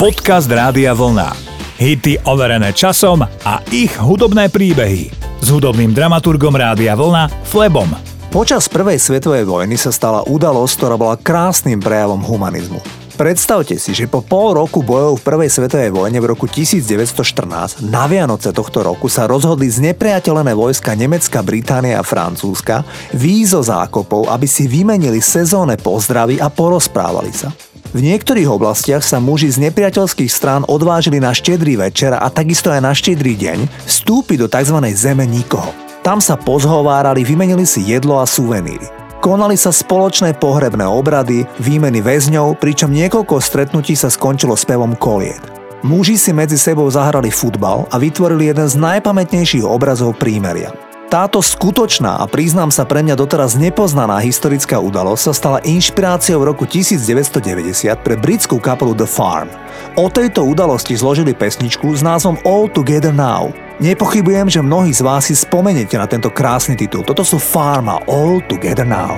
Podcast Rádia Vlna. Hity overené časom a ich hudobné príbehy. S hudobným dramaturgom Rádia Vlna, Flebom. Počas prvej svetovej vojny sa stala udalosť, ktorá bola krásnym prejavom humanizmu. Predstavte si, že po pol roku bojov v prvej svetovej vojne v roku 1914 na Vianoce tohto roku sa rozhodli znepriateľené vojska Nemecka, Británia a Francúzska výjsť zo zákopov, aby si vymenili sezónne pozdravy a porozprávali sa. V niektorých oblastiach sa muži z nepriateľských strán odvážili na štedrý večer a takisto aj na štedrý deň vstúpiť do tzv. Zeme nikoho. Tam sa pozhovárali, vymenili si jedlo a suveníry. Konali sa spoločné pohrebné obrady, výmeny väzňov, pričom niekoľko stretnutí sa skončilo spevom koliet. Muži si medzi sebou zahrali futbal a vytvorili jeden z najpamätnejších obrazov prímeria. Táto skutočná a priznám sa pre mňa doteraz nepoznaná historická udalosť sa stala inšpiráciou v roku 1990 pre britskú kapelu The Farm. O tejto udalosti zložili pesničku s názvom All Together Now. Nepochybujem, že mnohí z vás si spomeniete na tento krásny titul. Toto sú Farm a All Together Now.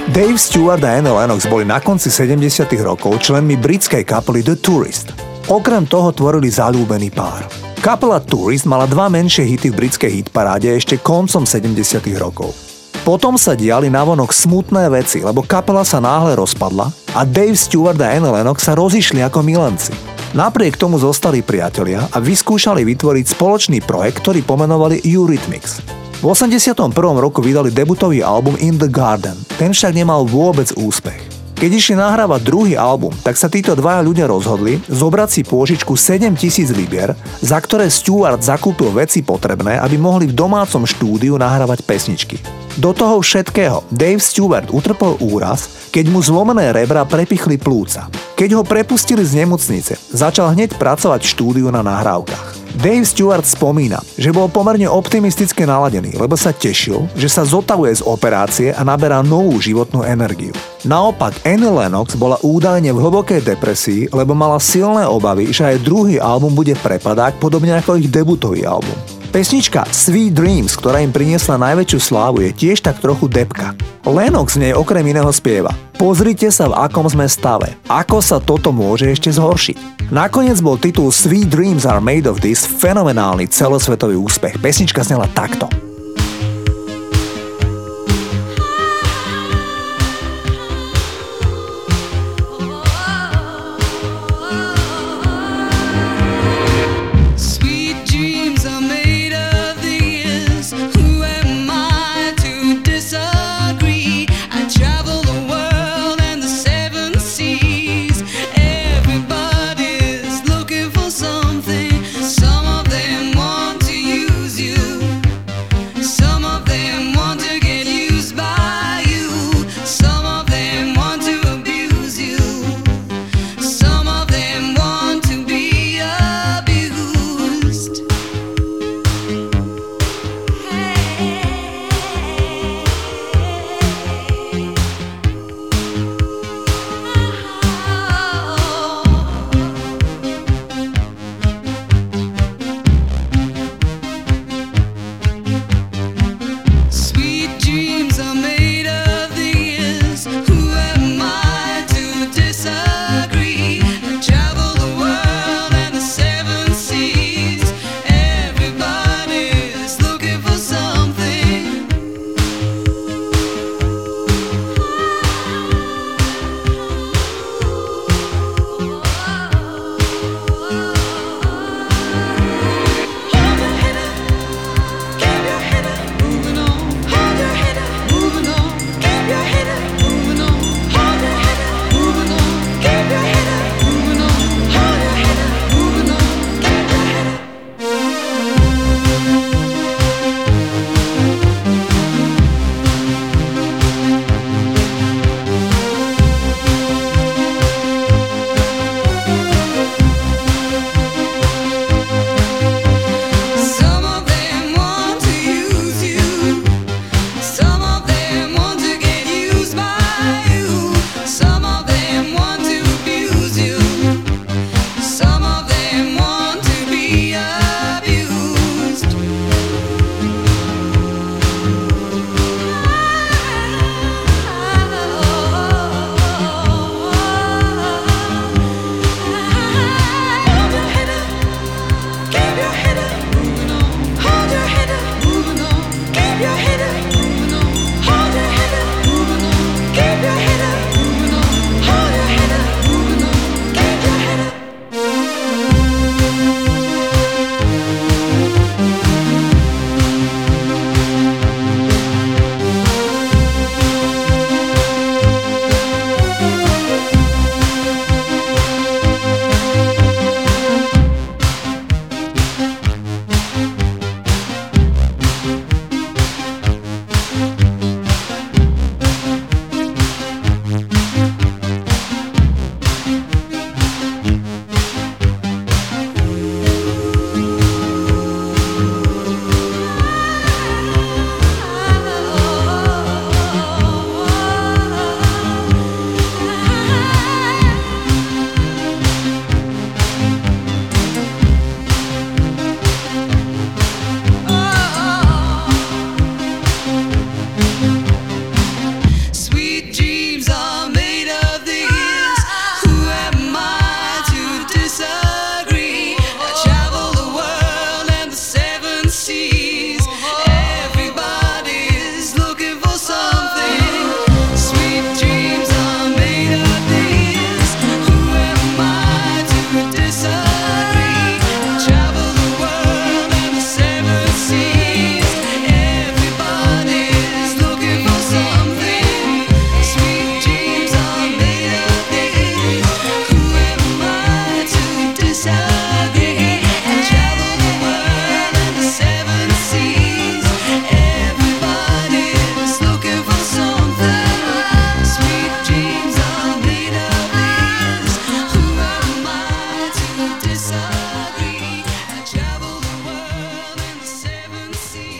Dave Stewart a Annie Lennox boli na konci 70. rokov členmi britskej kapely The Tourist. Okrem toho tvorili zaľúbený pár. Kapela Tourist mala dva menšie hity v britskej hitparáde ešte koncom 70. rokov. Potom sa diali navonok smutné veci, lebo kapela sa náhle rozpadla a Dave Stewart a Annie Lennox sa rozišli ako milenci. Napriek tomu zostali priatelia a vyskúšali vytvoriť spoločný projekt, ktorý pomenovali Eurythmics. V 81. roku vydali debutový album In the Garden, ten však nemal vôbec úspech. Keď išli nahrávať druhý album, tak sa títo dvaja ľudia rozhodli zobrať si pôžičku 7,000 libier, za ktoré Stewart zakúpil veci potrebné, aby mohli v domácom štúdiu nahrávať pesničky. Do toho všetkého Dave Stewart utrpel úraz, keď mu zlomené rebra prepichli plúca. Keď ho prepustili z nemocnice, začal hneď pracovať v štúdiu na nahrávkach. Dave Stewart spomína, že bol pomerne optimisticky naladený, lebo sa tešil, že sa zotavuje z operácie a naberá novú životnú energiu. Naopak Annie Lennox bola údajne v hlbokej depresii, lebo mala silné obavy, že aj druhý album bude prepadák, podobne ako ich debutový album. Pesnička Sweet Dreams, ktorá im priniesla najväčšiu slávu, je tiež tak trochu depka. Lennox v nej okrem iného spieva: Pozrite sa, v akom sme stave. Ako sa toto môže ešte zhoršiť? Nakoniec bol titul Sweet Dreams Are Made of This fenomenálny celosvetový úspech. Pesnička znela takto.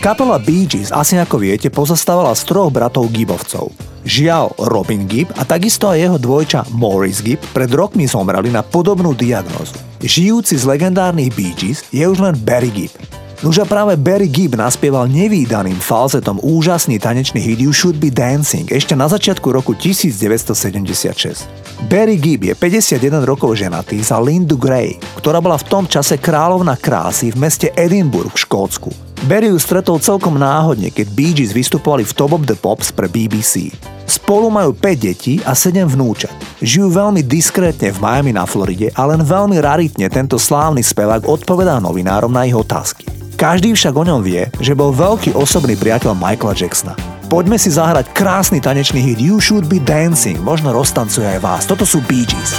Kapela Bee Gees, asi ako viete, pozostávala z 3 bratov Gibbovcov. Žiaľ, Robin Gibb a takisto aj jeho dvojča Maurice Gibb pred rokmi zomreli na podobnú diagnózu. Žijúci z legendárnych Bee Gees je už len Barry Gibb. Nuža práve Barry Gibb naspieval nevídaným falzetom úžasný tanečný hit You Should Be Dancing ešte na začiatku roku 1976. Barry Gibb je 51 rokov ženatý za Lindu Gray, ktorá bola v tom čase kráľovna krásy v meste Edinburgh v Škótsku. Barry ju stretol celkom náhodne, keď Bee Gees vystupovali v Top of the Pops pre BBC. Spolu majú 5 detí a 7 vnúčat. Žijú veľmi diskrétne v Miami na Floride a len veľmi raritne tento slávny spevák odpovedá novinárom na ich otázky. Každý však o ňom vie, že bol veľký osobný priateľ Michaela Jacksona. Poďme si zahrať krásny tanečný hit You Should Be Dancing, možno roztancuje aj vás. Toto sú Bee Gees.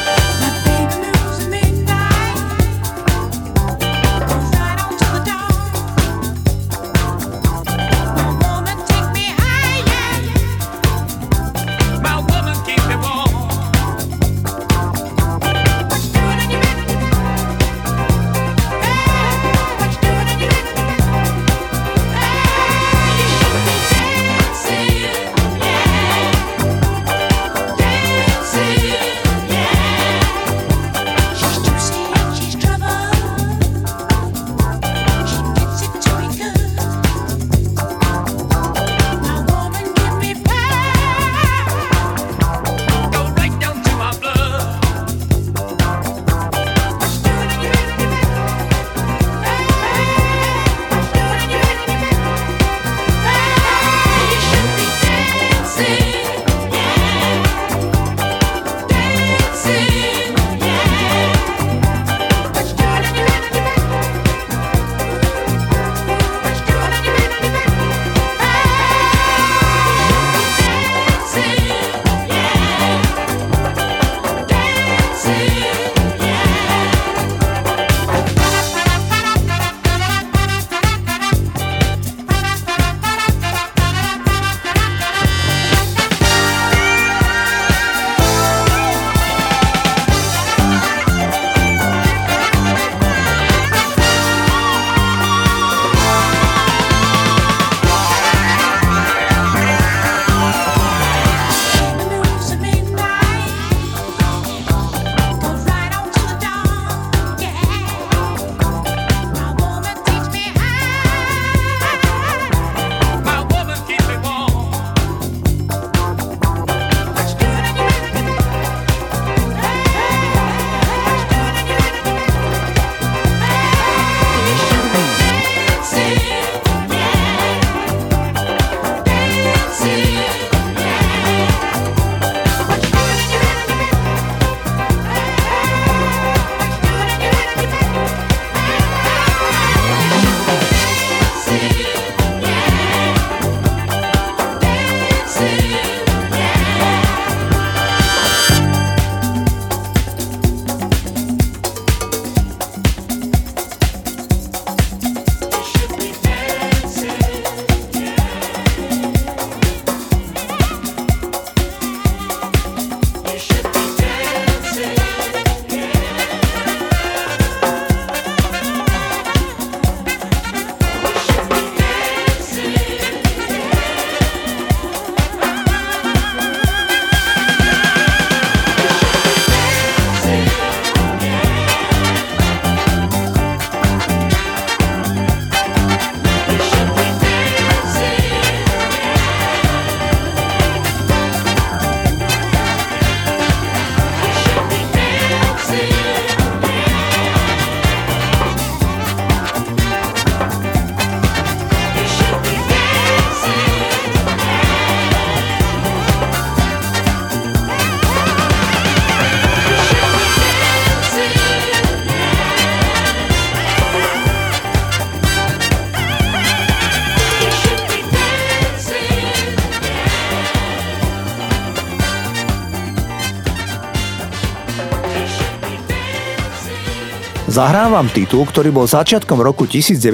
Zahrám vám titul, ktorý bol začiatkom roku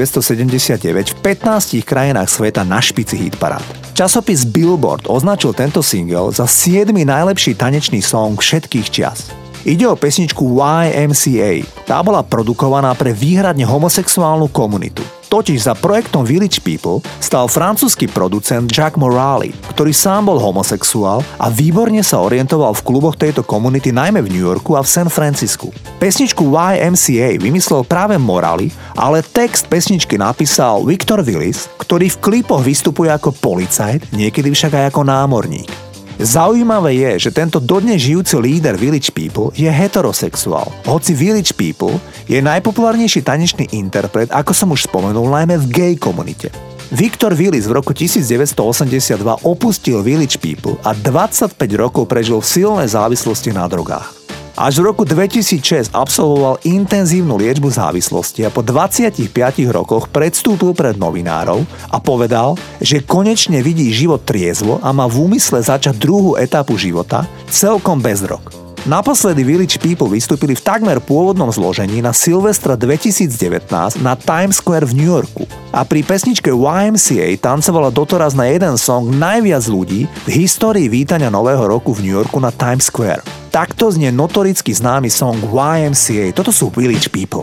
1979 v 15 krajinách sveta na špici hitparád. Časopis Billboard označil tento single za 7. najlepší tanečný song všetkých čias. Ide o pesničku YMCA. Tá bola produkovaná pre výhradne homosexuálnu komunitu. Totiž za projektom Village People stál francúzsky producent Jacques Morali, ktorý sám bol homosexuál a výborne sa orientoval v kluboch tejto komunity najmä v New Yorku a v San Francisku. Pesničku YMCA vymyslel práve Morali, ale text pesničky napísal Victor Willis, ktorý v klipoch vystupuje ako policajt, niekedy však aj ako námorník. Zaujímavé je, že tento dodnes žijúci líder Village People je heterosexuál. Hoci Village People je najpopulárnejší tanečný interpret, ako som už spomenul, najmä v gay komunite. Victor Willis v roku 1982 opustil Village People a 25 rokov prežil v silnej závislosti na drogách. Až v roku 2006 absolvoval intenzívnu liečbu závislosti a po 25 rokoch predstúpil pred novinárov a povedal, že konečne vidí život triezvo a má v úmysle začať druhú etapu života celkom bez drog. Naposledy Village People vystúpili v takmer pôvodnom zložení na Silvestra 2019 na Times Square v New Yorku a pri pesničke YMCA tancovala doteraz na jeden song najviac ľudí v histórii vítania nového roku v New Yorku na Times Square. Takto znie notoricky známy song YMCA. Toto sú Village People.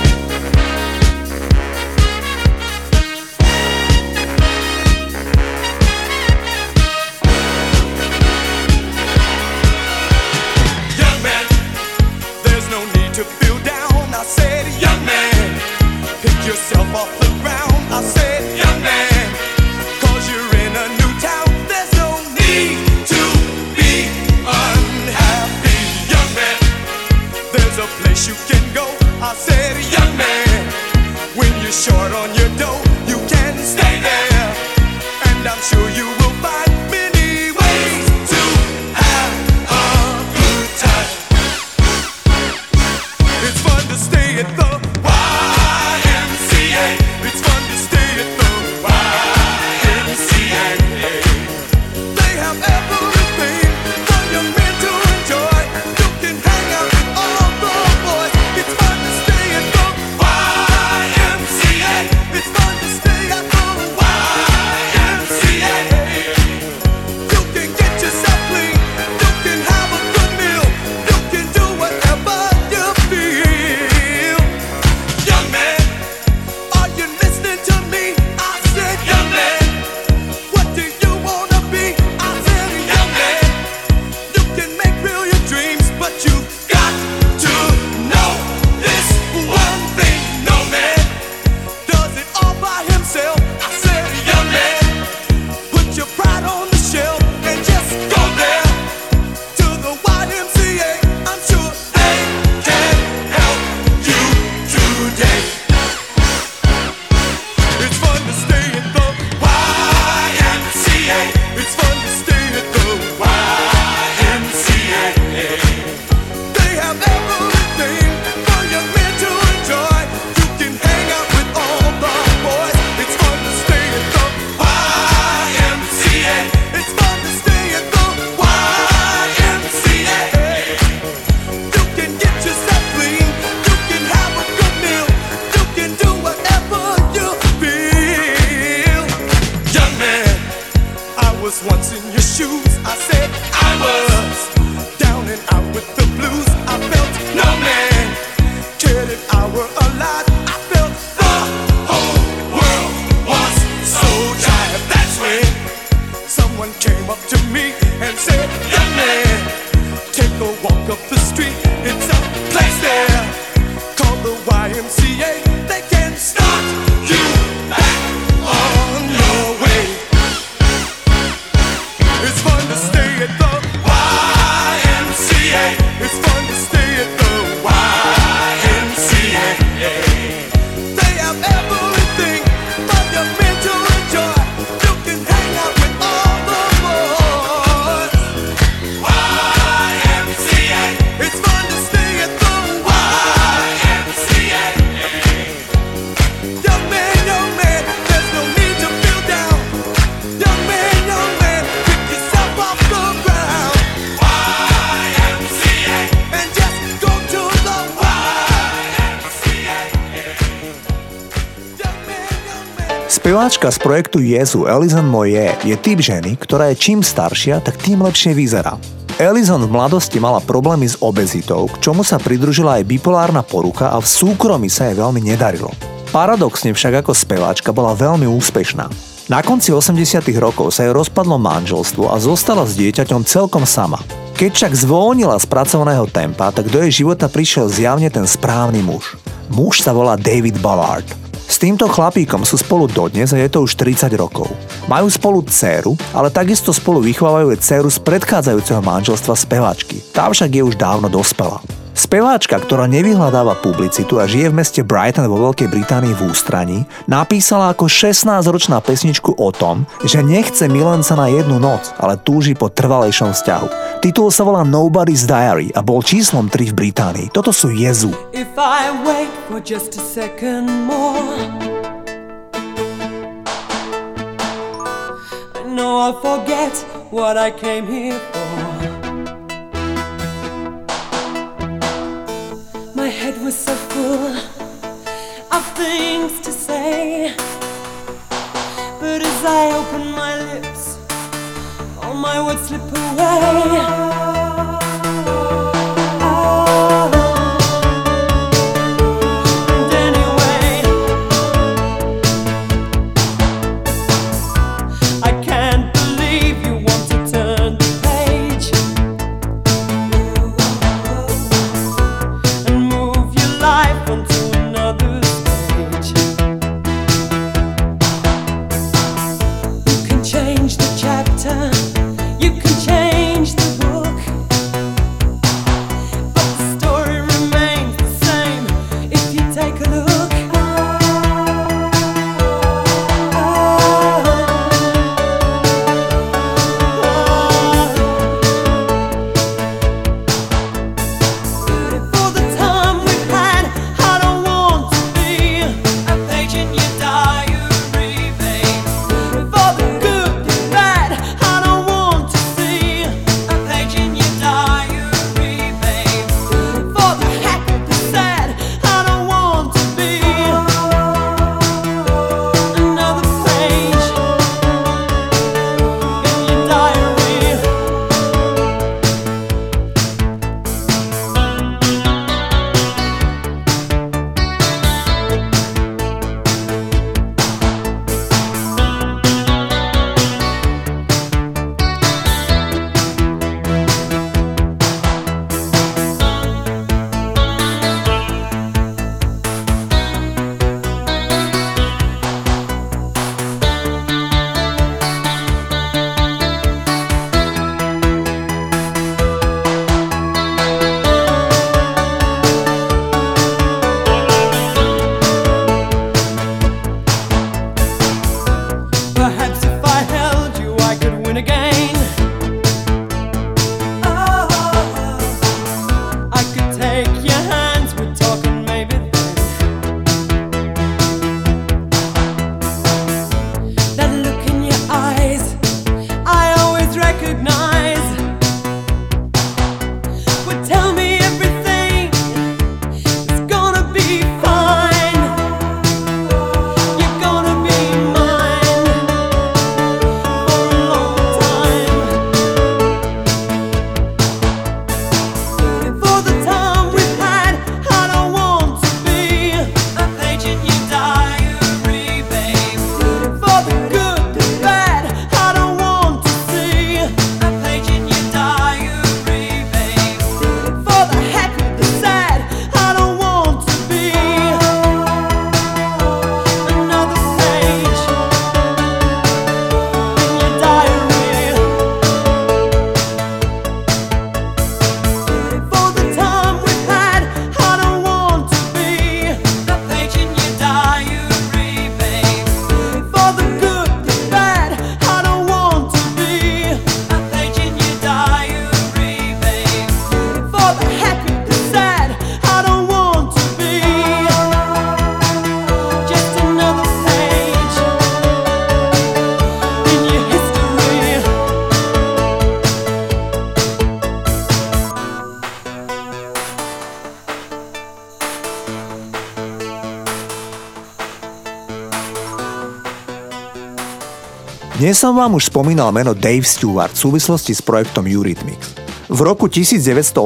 Speváčka z projektu Jezu Alison Moyet je typ ženy, ktorá je čím staršia, tak tým lepšie vyzerá. Alison v mladosti mala problémy s obezitou, k čomu sa pridružila aj bipolárna porucha a v súkromí sa jej veľmi nedarilo. Paradoxne však ako speváčka bola veľmi úspešná. Na konci 80. rokov sa jej rozpadlo manželstvo a zostala s dieťaťom celkom sama. Keď však zvolnila z pracovného tempa, tak do jej života prišiel zjavne ten správny muž. Muž sa volá David Ballard. S týmto chlapíkom sú spolu dodnes a je to už 30 rokov. Majú spolu dcéru, ale takisto spolu vychovávajú aj dcéru z predchádzajúceho manželstva speváčky. Tá však je už dávno dospelá. Speváčka, ktorá nevyhľadáva publicitu a žije v meste Brighton vo Veľkej Británii v ústraní, napísala ako 16-ročná pesničku o tom, že nechce milenca na jednu noc, ale túži po trvalejšom vzťahu. Titul sa volá Nobody's Diary a bol číslom 3 v Británii. Toto sú Jezu. If I wait for just a second more, I know I'll forget what I came here for. My head was so full of things to say, but as I open my lips, all my words slip away. And anyway, I can't believe you want to turn the page and move your life onto another stage. You can change the chapter, you can change the book, but the story remains the same if you take a look. For the time we've had, I don't want to be a page in your diary, babe. For the good and bad, I don't want to see a page in your diary, babe. For the happy, the sad, I don't want to be another page in your diary. Perhaps if I held you, I could win again. I could take your hands, we're talking maybe then. That look in your eyes, I always recognize. Would tell me everything is gonna be fine. You're gonna be mine for a long time. For the time we've had, I don't want to be a page in your diary, babe. For the good and bad, I don't want to see a page in your diary, babe. For the happy, the sad, I don't want to be another page in your diary. For the time we've had, I don't want to be a page in your diary, babe. For the good, the bad, I don't want to be a page in your diary, babe. For the happy, the sad, I don't want to be just another page in your history. Dnes som vám už spomínal meno Dave Stewart v súvislosti s projektom Eurythmics. V roku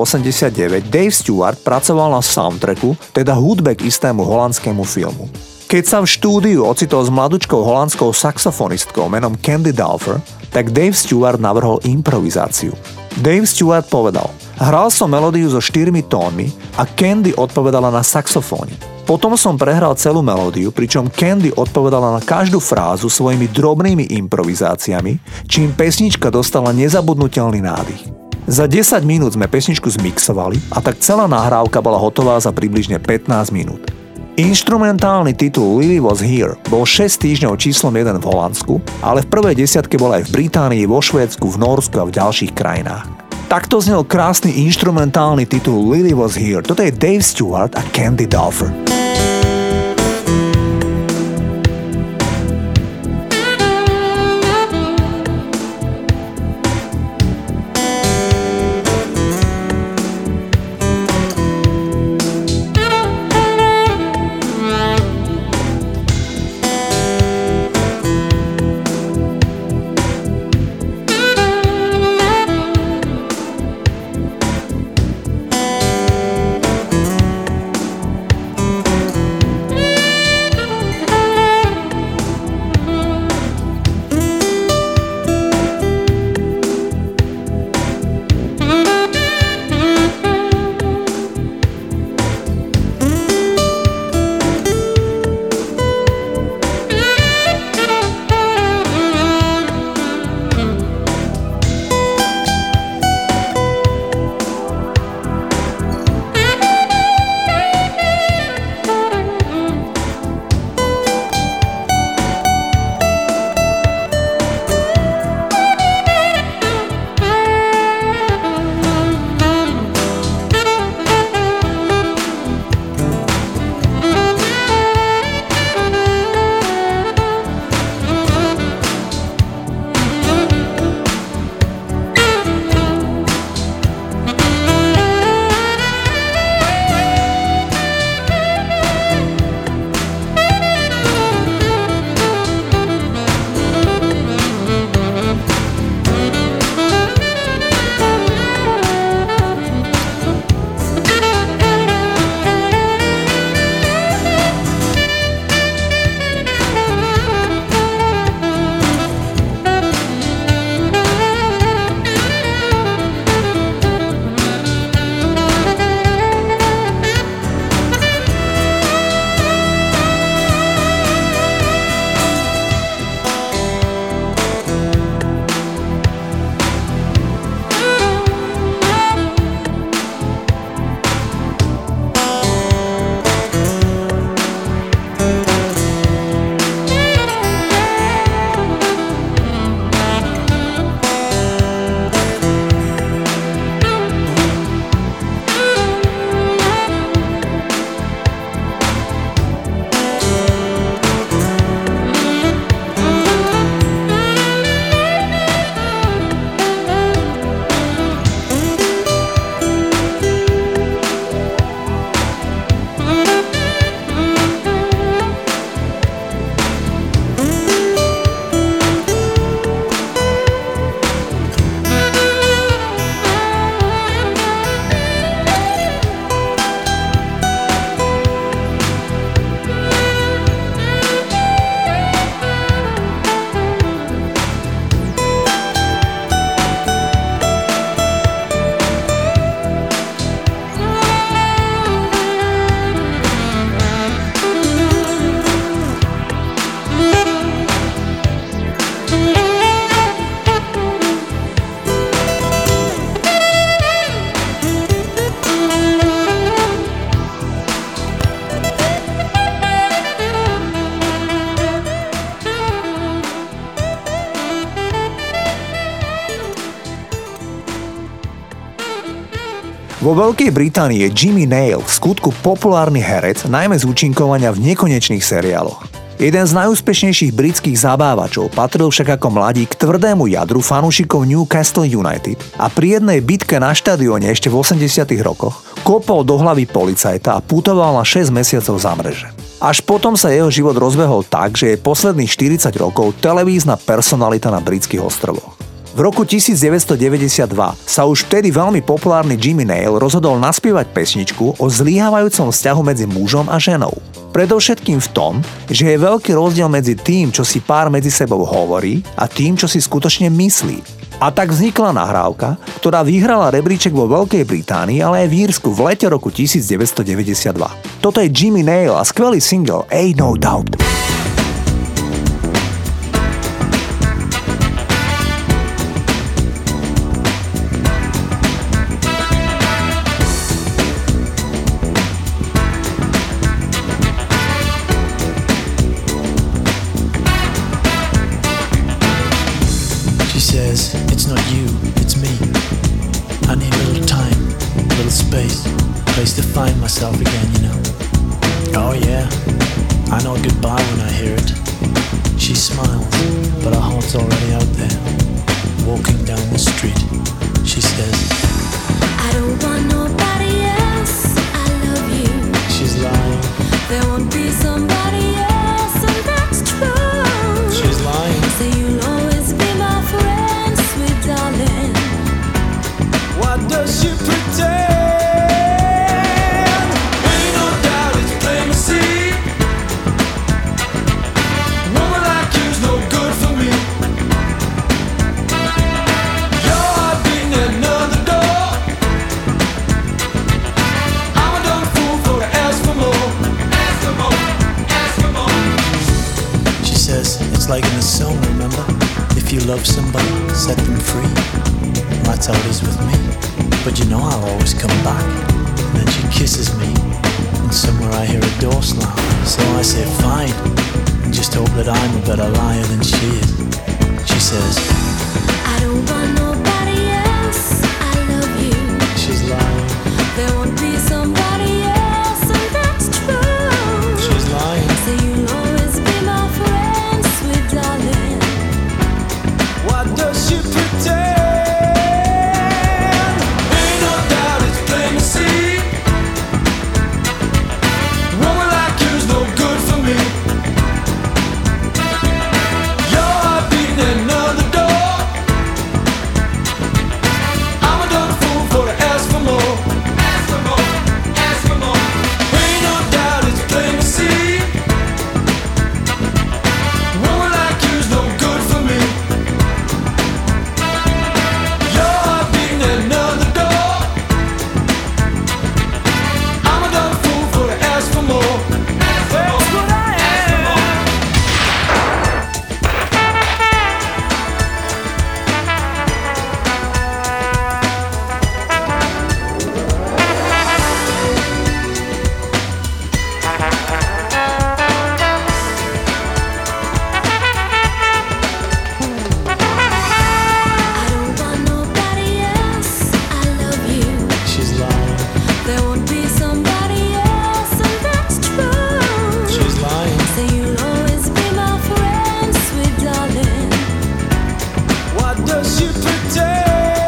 1989 Dave Stewart pracoval na soundtracku, teda hudbe k istému holandskému filmu. Keď sa v štúdiu ocitol s mladučkou holandskou saxofonistkou menom Candy Dulfer, tak Dave Stewart navrhol improvizáciu. Dave Stewart povedal: hral som melódiu so 4 tónmi a Candy odpovedala na saxofóne. Potom som prehral celú melódiu, pričom Candy odpovedala na každú frázu svojimi drobnými improvizáciami, čím pesnička dostala nezabudnutelný nádych. Za 10 minút sme pesničku zmixovali a tak celá nahrávka bola hotová za približne 15 minút. Inštrumentálny titul Lily Was Here bol 6 týždňov číslom 1 v Holandsku, ale v prvej desiatke bol aj v Británii, vo Švédsku, v Nórsku a v ďalších krajinách. Takto znel krásny inštrumentálny titul Lily Was Here. Toto je Dave Stewart a Candy Dulfer. Vo Veľkej Británii je Jimmy Nail v skutku populárny herec, najmä z účinkovania v nekonečných seriáloch. Jeden z najúspešnejších britských zabávačov patril však ako mladík k tvrdému jadru fanúšikov Newcastle United a pri jednej bitke na štadióne ešte v 80. rokoch kopol do hlavy policajta a putoval na 6 mesiacov za mreže. Až potom sa jeho život rozbehol tak, že je posledných 40 rokov televízna personalita na britských ostrovoch. V roku 1992 sa už vtedy veľmi populárny Jimmy Nail rozhodol naspievať pesničku o zlyhávajúcom vzťahu medzi mužom a ženou. Predovšetkým v tom, že je veľký rozdiel medzi tým, čo si pár medzi sebou hovorí a tým, čo si skutočne myslí. A tak vznikla nahrávka, ktorá vyhrala rebríček vo Veľkej Británii, ale aj v Írsku v lete roku 1992. Toto je Jimmy Nail a skvelý single Ain't No Doubt. It's not you, it's me. I need a little time, a little space, place to find myself again, you know. Oh yeah, I know goodbye when I hear it. She smiles, but her heart's already out there. Walking down the street, she says, I don't want nobody else, I love you. She's lying. There won't be somebody else, and that's true. She's lying. So you'll always be my friend, sweet darling. What does she pretend? Ain't no doubt it's plain to see. Woman like you's no good for me. Your heart beating another door. I'm a dumb fool for to ask for more. Ask for more, ask for more. She says it's like in the song, remember? If you love somebody, set them free. That's how it is with me. But you know I'll always come back. And then she kisses me, and somewhere I hear a door slam. So I say fine, and just hope that I'm a better liar than she is. She says, I don't want nobody else, I love you. she's lying. There won't be somebody else, and that's true. She's lying. So you'll always be my friend, sweet darling. What does she pretend? Ain't no doubt it's plain to see. Woman like you's no good for me. Your heart beating another door. I'm a dumb fool for to ask for more. Ask for more, ask for more. Ain't no doubt it's plain to see. Woman like you's no good for me. Your heart beating another door. I'm a dumb fool for to ask for more. Ask for more, ask for more. I don't want nobody else, I love you. She's lying. There won't be somebody else, and that's true. She's lying. So you'll always be my friend, sweet darling. What does she pretend?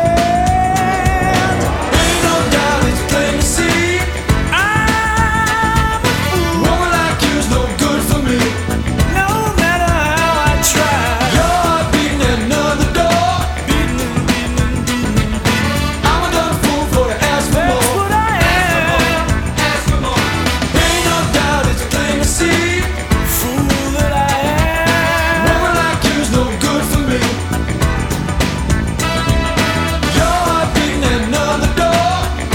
Ain't no doubt it's plain to see. I'm a fool. Woman like you's no good for me. No matter how I try. Your heart beating another door. I'm a dumb fool for to ask for more. That's what I am. Ask for more. Ain't no doubt it's plain to see. Fool that I am. Woman like you's no good for me. Your heart beating another door.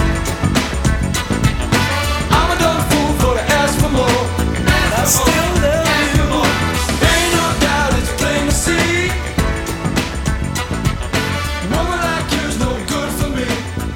I'm a dumb fool for to ask for more. I still love you. Ain't no doubt it's plain to see. Woman like you's no good for me.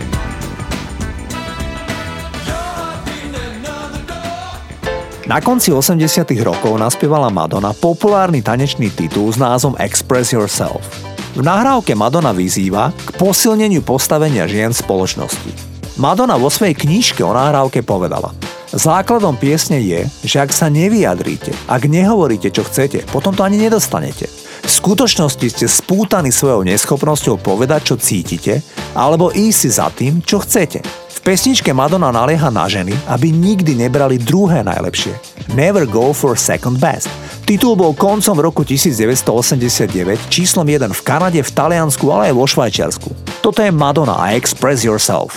Your heart beating another door. Na konci 80. rokov naspievala Madonna populárny tanečný titul s názvom Express Yourself. V nahrávke Madonna vyzýva k posilneniu postavenia žien v spoločnosti. Madonna vo svojej knižke o nahrávke povedala: základom piesne je, že ak sa nevyjadríte, ak nehovoríte, čo chcete, potom to ani nedostanete. V skutočnosti ste spútaní svojou neschopnosťou povedať, čo cítite, alebo ísť si za tým, čo chcete. V pesničke Madonna nalieha na ženy, aby nikdy nebrali druhé najlepšie. Never go for second best. Titul bol koncom roku 1989 číslom 1 v Kanade, v Taliansku, ale aj vo Švajčiarsku. Toto je Madonna a Express Yourself.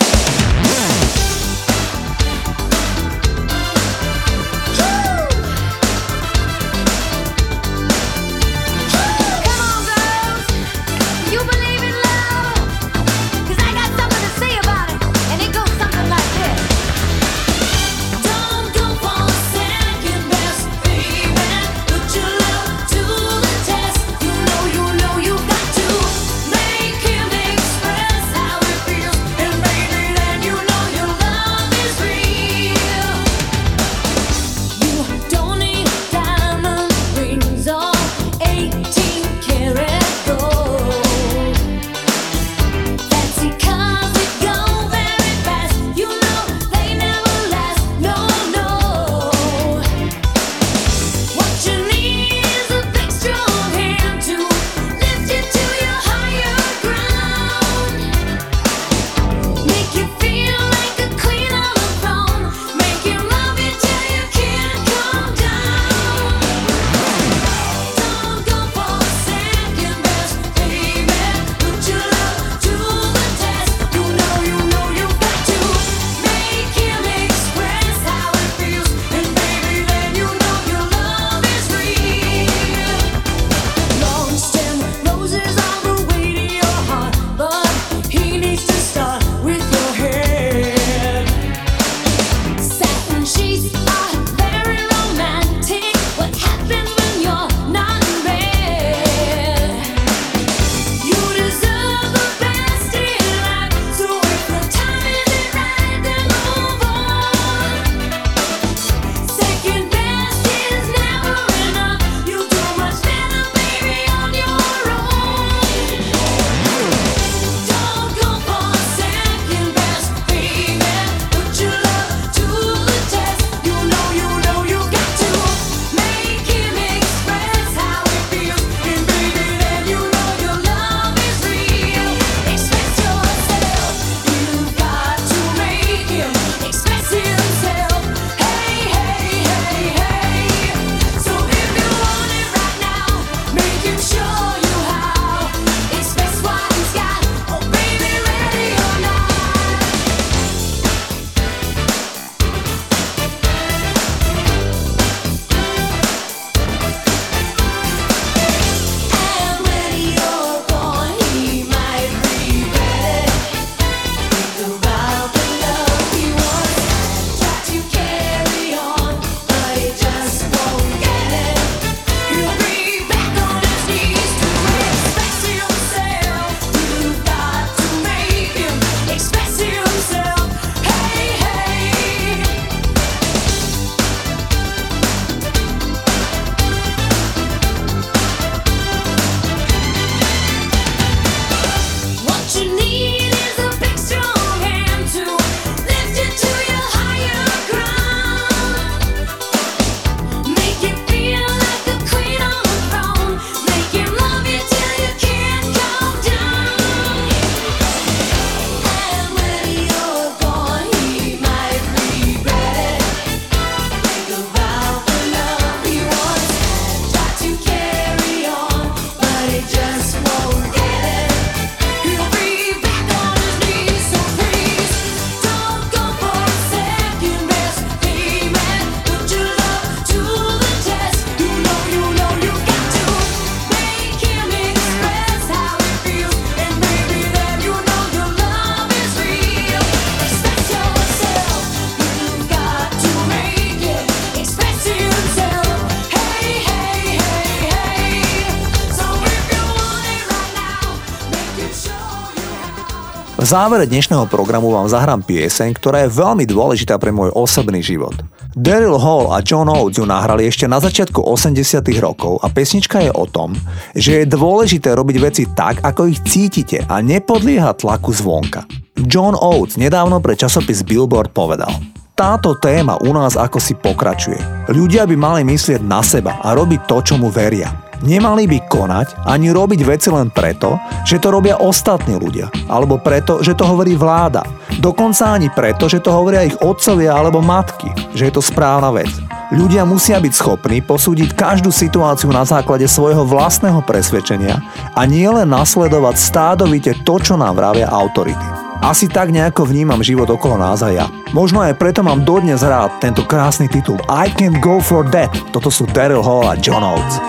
V závere dnešného programu vám zahrám pieseň, ktorá je veľmi dôležitá pre môj osobný život. Daryl Hall a John Oates ju nahrali ešte na začiatku 80. rokov a pesnička je o tom, že je dôležité robiť veci tak, ako ich cítite a nepodliehať tlaku zvonka. John Oates nedávno pre časopis Billboard povedal: táto téma u nás ako si pokračuje. Ľudia by mali myslieť na seba a robiť to, čomu veria. Nemali by konať ani robiť veci len preto, že to robia ostatní ľudia, alebo preto, že to hovorí vláda. Dokonca ani preto, že to hovoria ich otcovia alebo matky, že je to správna vec. Ľudia musia byť schopní posúdiť každú situáciu na základe svojho vlastného presvedčenia a nie len nasledovať stádovite to, čo nám vravia autority. Asi tak nejako vnímam život okolo nás a ja. Možno aj preto mám dodnes rád tento krásny titul I Can't Go For That. Toto sú Daryl Hall a John Oates.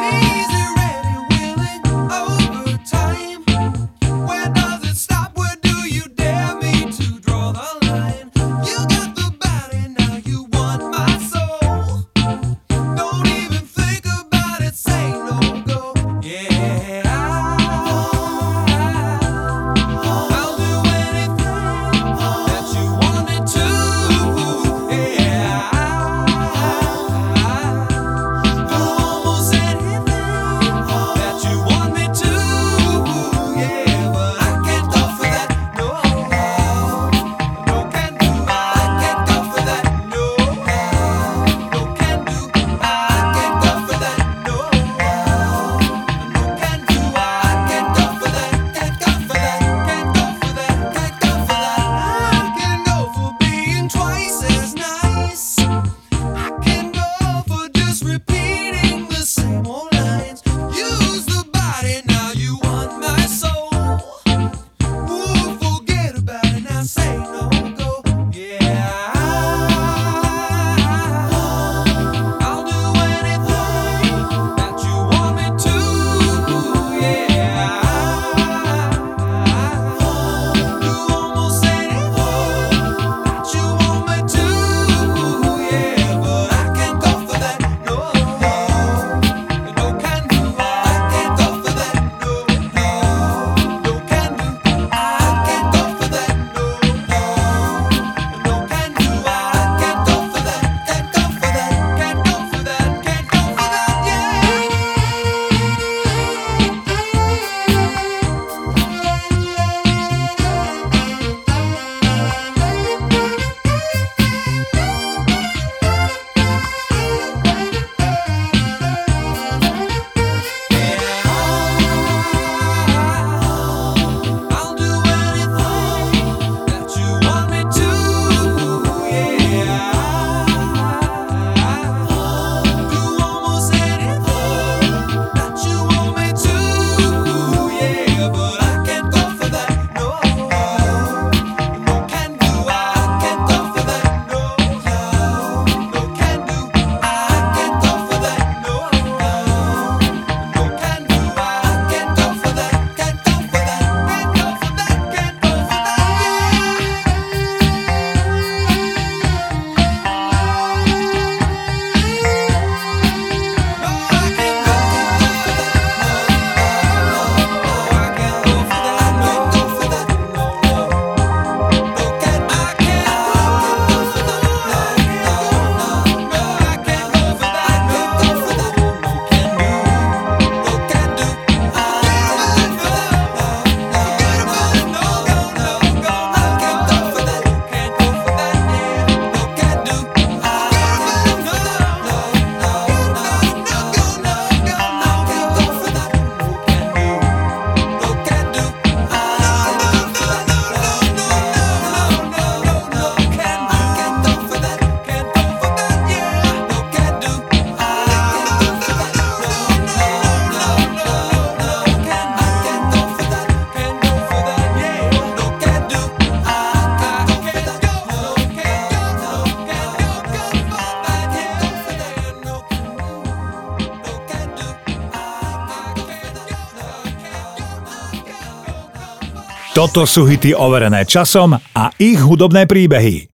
Toto sú hity overené časom a ich hudobné príbehy.